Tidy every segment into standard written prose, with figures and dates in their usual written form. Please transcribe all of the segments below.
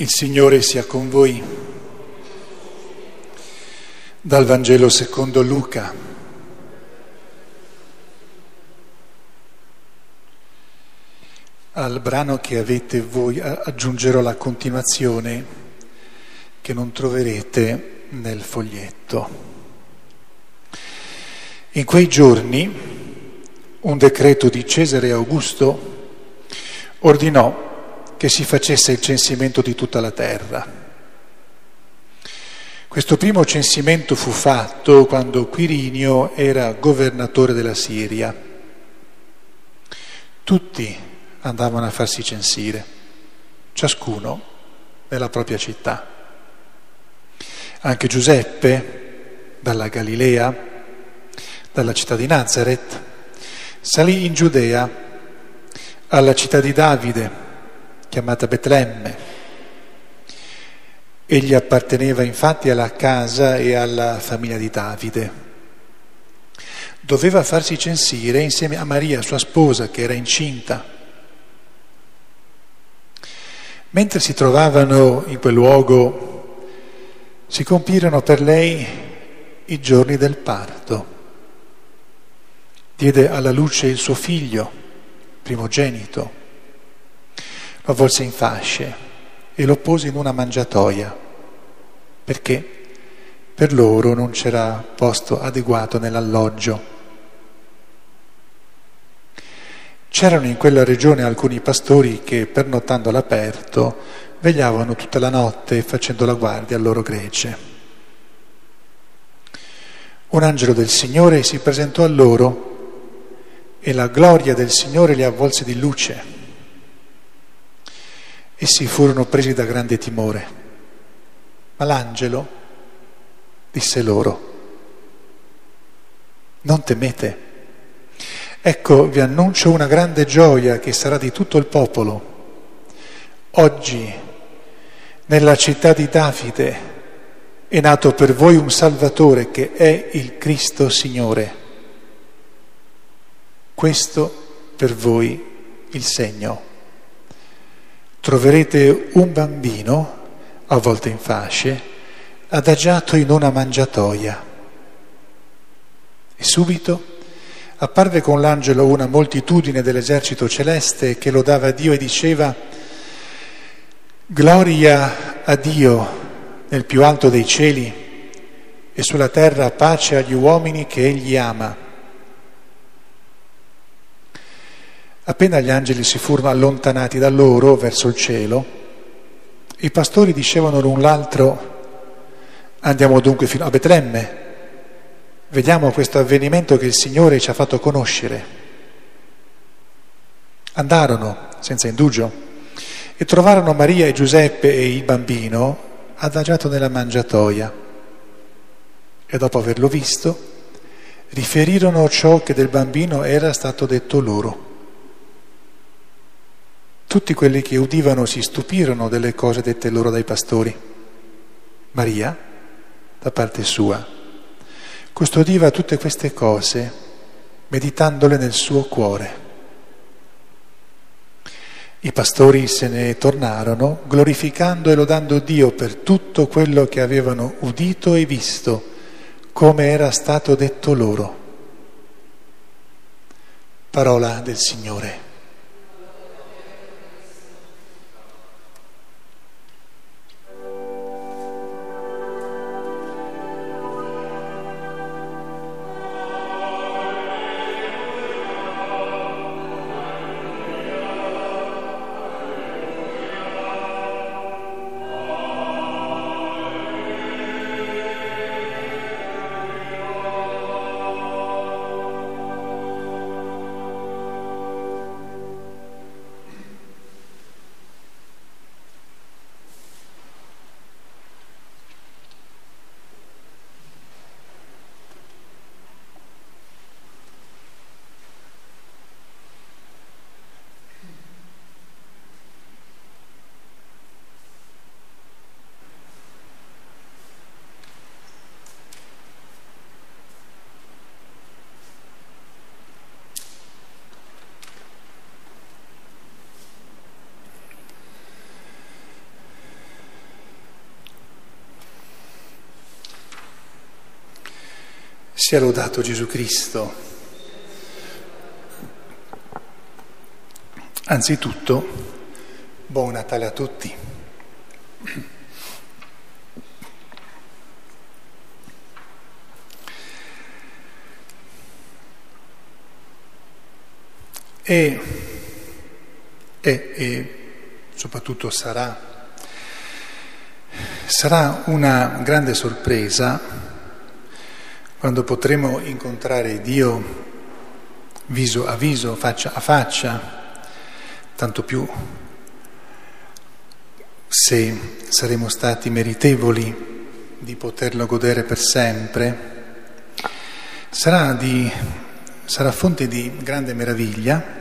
Il Signore sia con voi. Dal Vangelo secondo Luca. Al brano che avete voi aggiungerò la continuazione che non troverete nel foglietto. In quei giorni un decreto di Cesare Augusto ordinò che si facesse il censimento di tutta la terra. Questo primo censimento fu fatto quando Quirinio era governatore della Siria. Tutti andavano a farsi censire, ciascuno nella propria città. Anche Giuseppe, dalla Galilea, dalla città di Nazaret, salì in Giudea, alla città di Davide, chiamata Betlemme. Egli apparteneva infatti alla casa e alla famiglia di Davide. Doveva farsi censire insieme a Maria, sua sposa, che era incinta. Mentre si trovavano in quel luogo, si compirono per lei i giorni del parto. Diede alla luce il suo figlio, primogenito. Lo avvolse in fasce e lo pose in una mangiatoia, perché per loro non c'era posto adeguato nell'alloggio. C'erano in quella regione alcuni pastori che, pernottando all'aperto, vegliavano tutta la notte facendo la guardia al loro gregge. Un angelo del Signore si presentò a loro e la gloria del Signore li avvolse di luce. Essi furono presi da grande timore, ma l'angelo disse loro: non temete, ecco vi annuncio una grande gioia che sarà di tutto il popolo. Oggi nella città di Davide è nato per voi un Salvatore che è il Cristo Signore. Questo per voi il segno. Troverete un bambino, avvolto in fasce, adagiato in una mangiatoia. E subito apparve con l'angelo una moltitudine dell'esercito celeste che lodava Dio e diceva: gloria a Dio nel più alto dei cieli e sulla terra pace agli uomini che Egli ama. Appena gli angeli si furono allontanati da loro verso il cielo, i pastori dicevano l'un l'altro: andiamo dunque fino a Betlemme, vediamo questo avvenimento che il Signore ci ha fatto conoscere. Andarono senza indugio e trovarono Maria e Giuseppe e il bambino adagiato nella mangiatoia, e dopo averlo visto riferirono ciò che del bambino era stato detto loro. Tutti quelli che udivano si stupirono delle cose dette loro dai pastori. Maria, da parte sua, custodiva tutte queste cose, meditandole nel suo cuore. I pastori se ne tornarono, glorificando e lodando Dio per tutto quello che avevano udito e visto, come era stato detto loro. Parola del Signore. Sia lodato Gesù Cristo. Anzitutto, buon Natale a tutti. E soprattutto sarà una grande sorpresa quando potremo incontrare Dio viso a viso, faccia a faccia, tanto più se saremo stati meritevoli di poterlo godere per sempre. Sarà fonte di grande meraviglia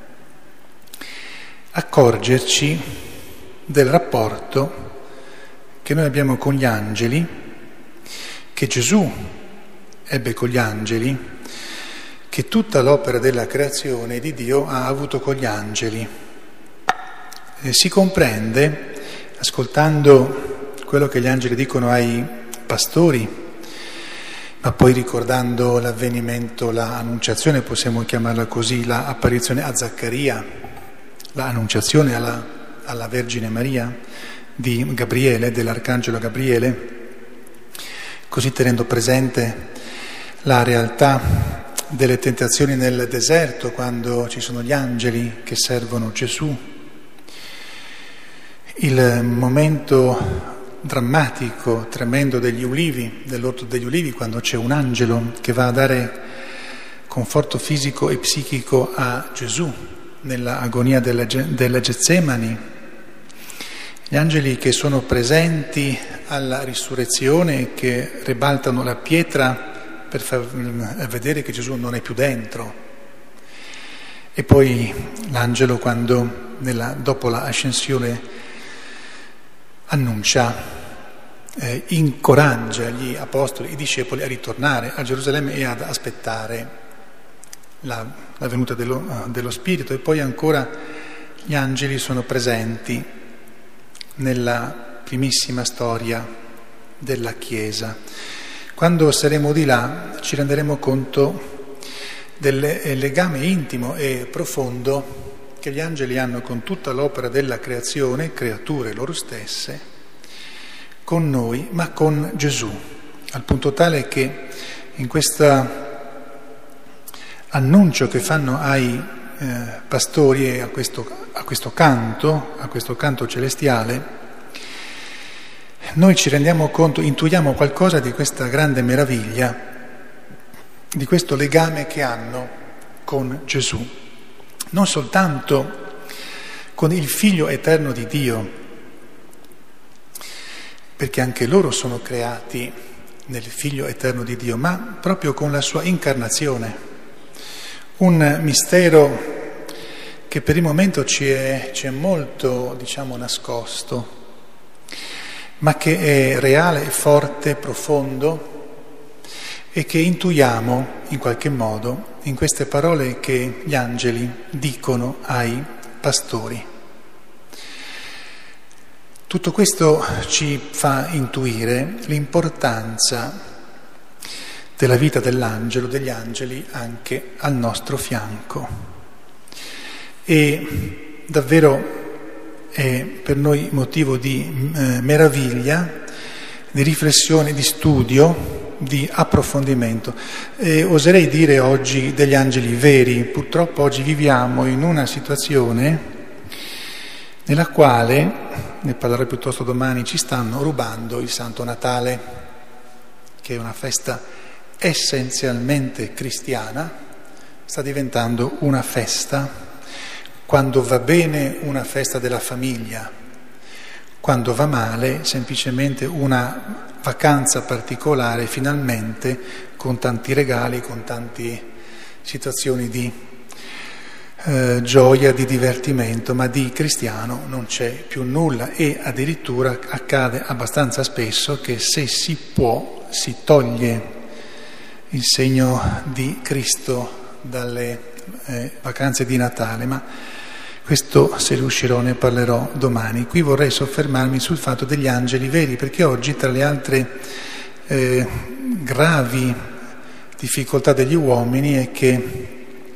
accorgerci del rapporto che noi abbiamo con gli angeli, che Gesù ebbe con gli angeli, che tutta l'opera della creazione di Dio ha avuto con gli angeli. Si comprende, ascoltando quello che gli angeli dicono ai pastori, ma poi ricordando l'avvenimento, l'annunciazione, possiamo chiamarla così, l'apparizione a Zaccaria, l'annunciazione alla Vergine Maria di Gabriele, dell'Arcangelo Gabriele, così tenendo presente la realtà delle tentazioni nel deserto, quando ci sono gli angeli che servono Gesù, il momento drammatico, tremendo degli ulivi, dell'orto degli ulivi, quando c'è un angelo che va a dare conforto fisico e psichico a Gesù nella agonia della Getsemani, gli angeli che sono presenti alla risurrezione e che ribaltano la pietra per far vedere che Gesù non è più dentro. E poi l'angelo, quando dopo l'ascensione annuncia, incoraggia gli apostoli, i discepoli a ritornare a Gerusalemme e ad aspettare la venuta dello Spirito. E poi ancora gli angeli sono presenti nella primissima storia della Chiesa. Quando saremo di là ci renderemo conto del legame intimo e profondo che gli angeli hanno con tutta l'opera della creazione, creature loro stesse, con noi, ma con Gesù, al punto tale che in questo annuncio che fanno ai pastori e a questo canto celestiale, noi ci rendiamo conto, intuiamo qualcosa di questa grande meraviglia, di questo legame che hanno con Gesù, non soltanto con il Figlio eterno di Dio, perché anche loro sono creati nel Figlio eterno di Dio, ma proprio con la sua incarnazione, un mistero che per il momento ci è molto, nascosto, ma che è reale, forte, profondo e che intuiamo in qualche modo in queste parole che gli angeli dicono ai pastori. Tutto questo ci fa intuire l'importanza della vita dell'angelo, degli angeli anche al nostro fianco. E davvero è per noi motivo di meraviglia, di riflessione, di studio, di approfondimento. E oserei dire oggi degli angeli veri. Purtroppo oggi viviamo in una situazione nella quale, ne parlerò piuttosto domani, ci stanno rubando il Santo Natale, che è una festa essenzialmente cristiana, sta diventando una festa, quando va bene, una festa della famiglia, quando va male, semplicemente una vacanza particolare, finalmente, con tanti regali, con tante situazioni di gioia, di divertimento, ma di cristiano non c'è più nulla. E addirittura accade abbastanza spesso che, se si può, si toglie il segno di Cristo dalle vacanze di Natale, ma questo, se riuscirò, ne parlerò domani. Qui vorrei soffermarmi sul fatto degli angeli veri, perché oggi, tra le altre gravi difficoltà degli uomini è che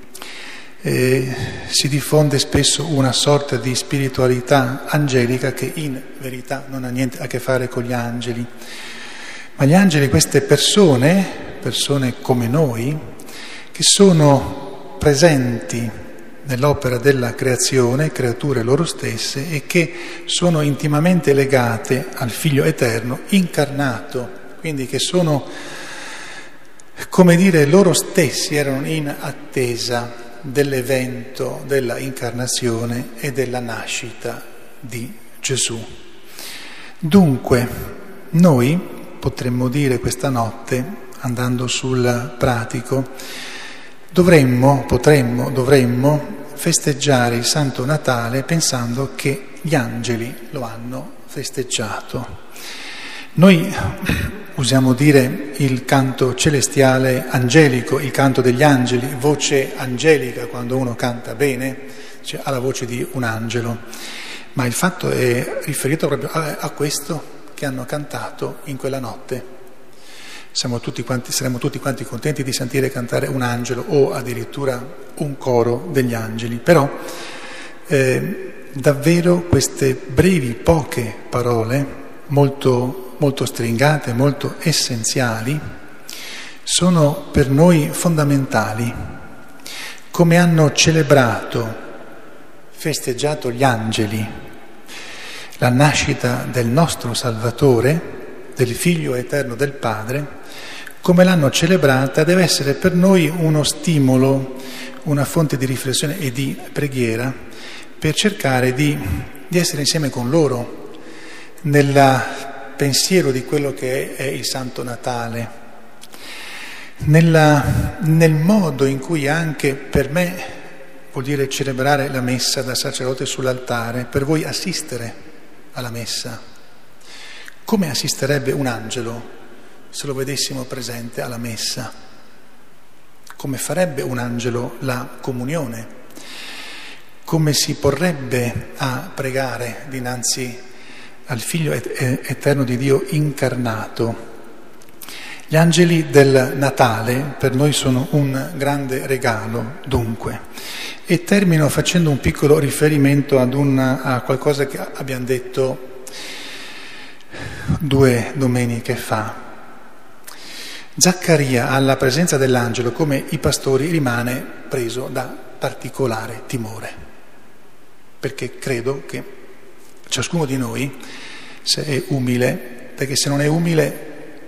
si diffonde spesso una sorta di spiritualità angelica che in verità non ha niente a che fare con gli angeli. Ma gli angeli, queste persone come noi, che sono presenti nell'opera della creazione, creature loro stesse, e che sono intimamente legate al Figlio Eterno incarnato, quindi che sono, come dire, loro stessi erano in attesa dell'evento della incarnazione e della nascita di Gesù. Dunque, noi potremmo dire questa notte, andando sul pratico, dovremmo festeggiare il Santo Natale pensando che gli angeli lo hanno festeggiato. Noi usiamo dire il canto celestiale angelico, il canto degli angeli, voce angelica quando uno canta bene, cioè ha la voce di un angelo, ma il fatto è riferito proprio a questo che hanno cantato in quella notte. Saremo tutti quanti contenti di sentire cantare un angelo o addirittura un coro degli angeli, però davvero queste brevi, poche parole, molto stringate, molto essenziali, sono per noi fondamentali. Come hanno festeggiato gli angeli la nascita del nostro Salvatore, del Figlio Eterno del Padre, come l'hanno celebrata deve essere per noi uno stimolo, una fonte di riflessione e di preghiera per cercare di essere insieme con loro nel pensiero di quello che è il Santo Natale, nel modo in cui anche per me vuol dire celebrare la messa da sacerdote sull'altare, per voi assistere alla messa. Come assisterebbe un angelo se lo vedessimo presente alla messa? Come farebbe un angelo la comunione? Come si porrebbe a pregare dinanzi al Figlio Eterno di Dio incarnato? Gli angeli del Natale per noi sono un grande regalo, dunque. E termino facendo un piccolo riferimento a qualcosa che abbiamo detto 2 domeniche fa. Zaccaria, alla presenza dell'angelo, come i pastori, rimane preso da particolare timore, perché credo che ciascuno di noi, se è umile, perché se non è umile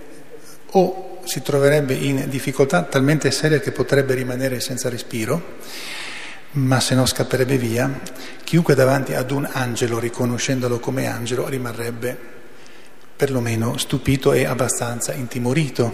o si troverebbe in difficoltà talmente seria che potrebbe rimanere senza respiro, ma se no scapperebbe via. Chiunque davanti ad un angelo, riconoscendolo come angelo, rimarrebbe perlomeno stupito e abbastanza intimorito.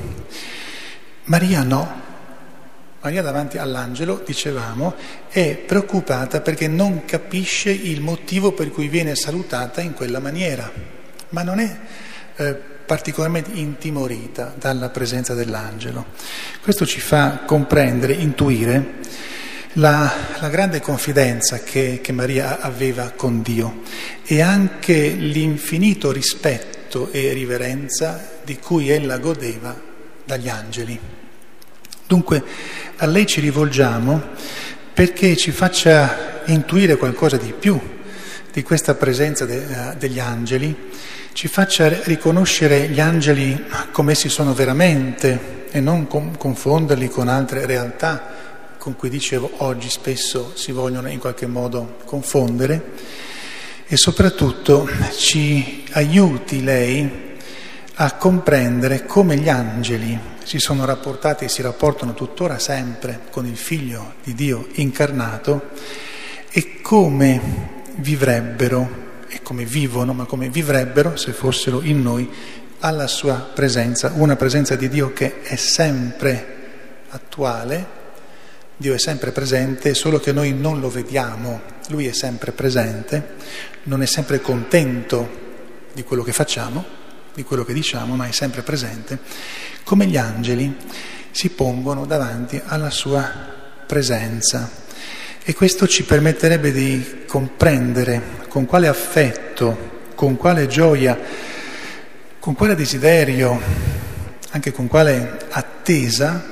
Maria no. Maria davanti all'angelo, dicevamo, è preoccupata perché non capisce il motivo per cui viene salutata in quella maniera, ma non è particolarmente intimorita dalla presenza dell'angelo. Questo ci fa comprendere, intuire la grande confidenza che Maria aveva con Dio e anche l'infinito rispetto e riverenza di cui ella godeva dagli angeli. Dunque a lei ci rivolgiamo perché ci faccia intuire qualcosa di più di questa presenza degli angeli, ci faccia riconoscere gli angeli come essi sono veramente e non confonderli con altre realtà con cui, dicevo, oggi spesso si vogliono in qualche modo confondere, e soprattutto ci aiuti lei a comprendere come gli angeli si sono rapportati e si rapportano tuttora sempre con il Figlio di Dio incarnato e come vivrebbero, e come vivono, ma come vivrebbero se fossero in noi alla sua presenza, una presenza di Dio che è sempre attuale. Dio è sempre presente, solo che noi non lo vediamo. Lui è sempre presente, non è sempre contento di quello che facciamo, di quello che diciamo, ma è sempre presente. Come gli angeli si pongono davanti alla sua presenza. E questo ci permetterebbe di comprendere con quale affetto, con quale gioia, con quale desiderio, anche con quale attesa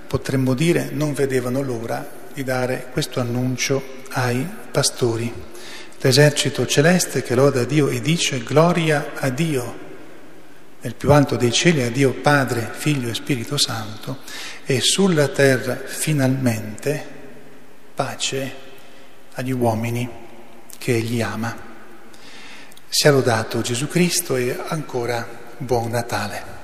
potremmo dire, non vedevano l'ora di dare questo annuncio ai pastori. L'esercito celeste che loda Dio e dice gloria a Dio nel più alto dei cieli, a Dio Padre, Figlio e Spirito Santo, e sulla terra finalmente pace agli uomini che Egli ama. Sia lodato Gesù Cristo e ancora buon Natale.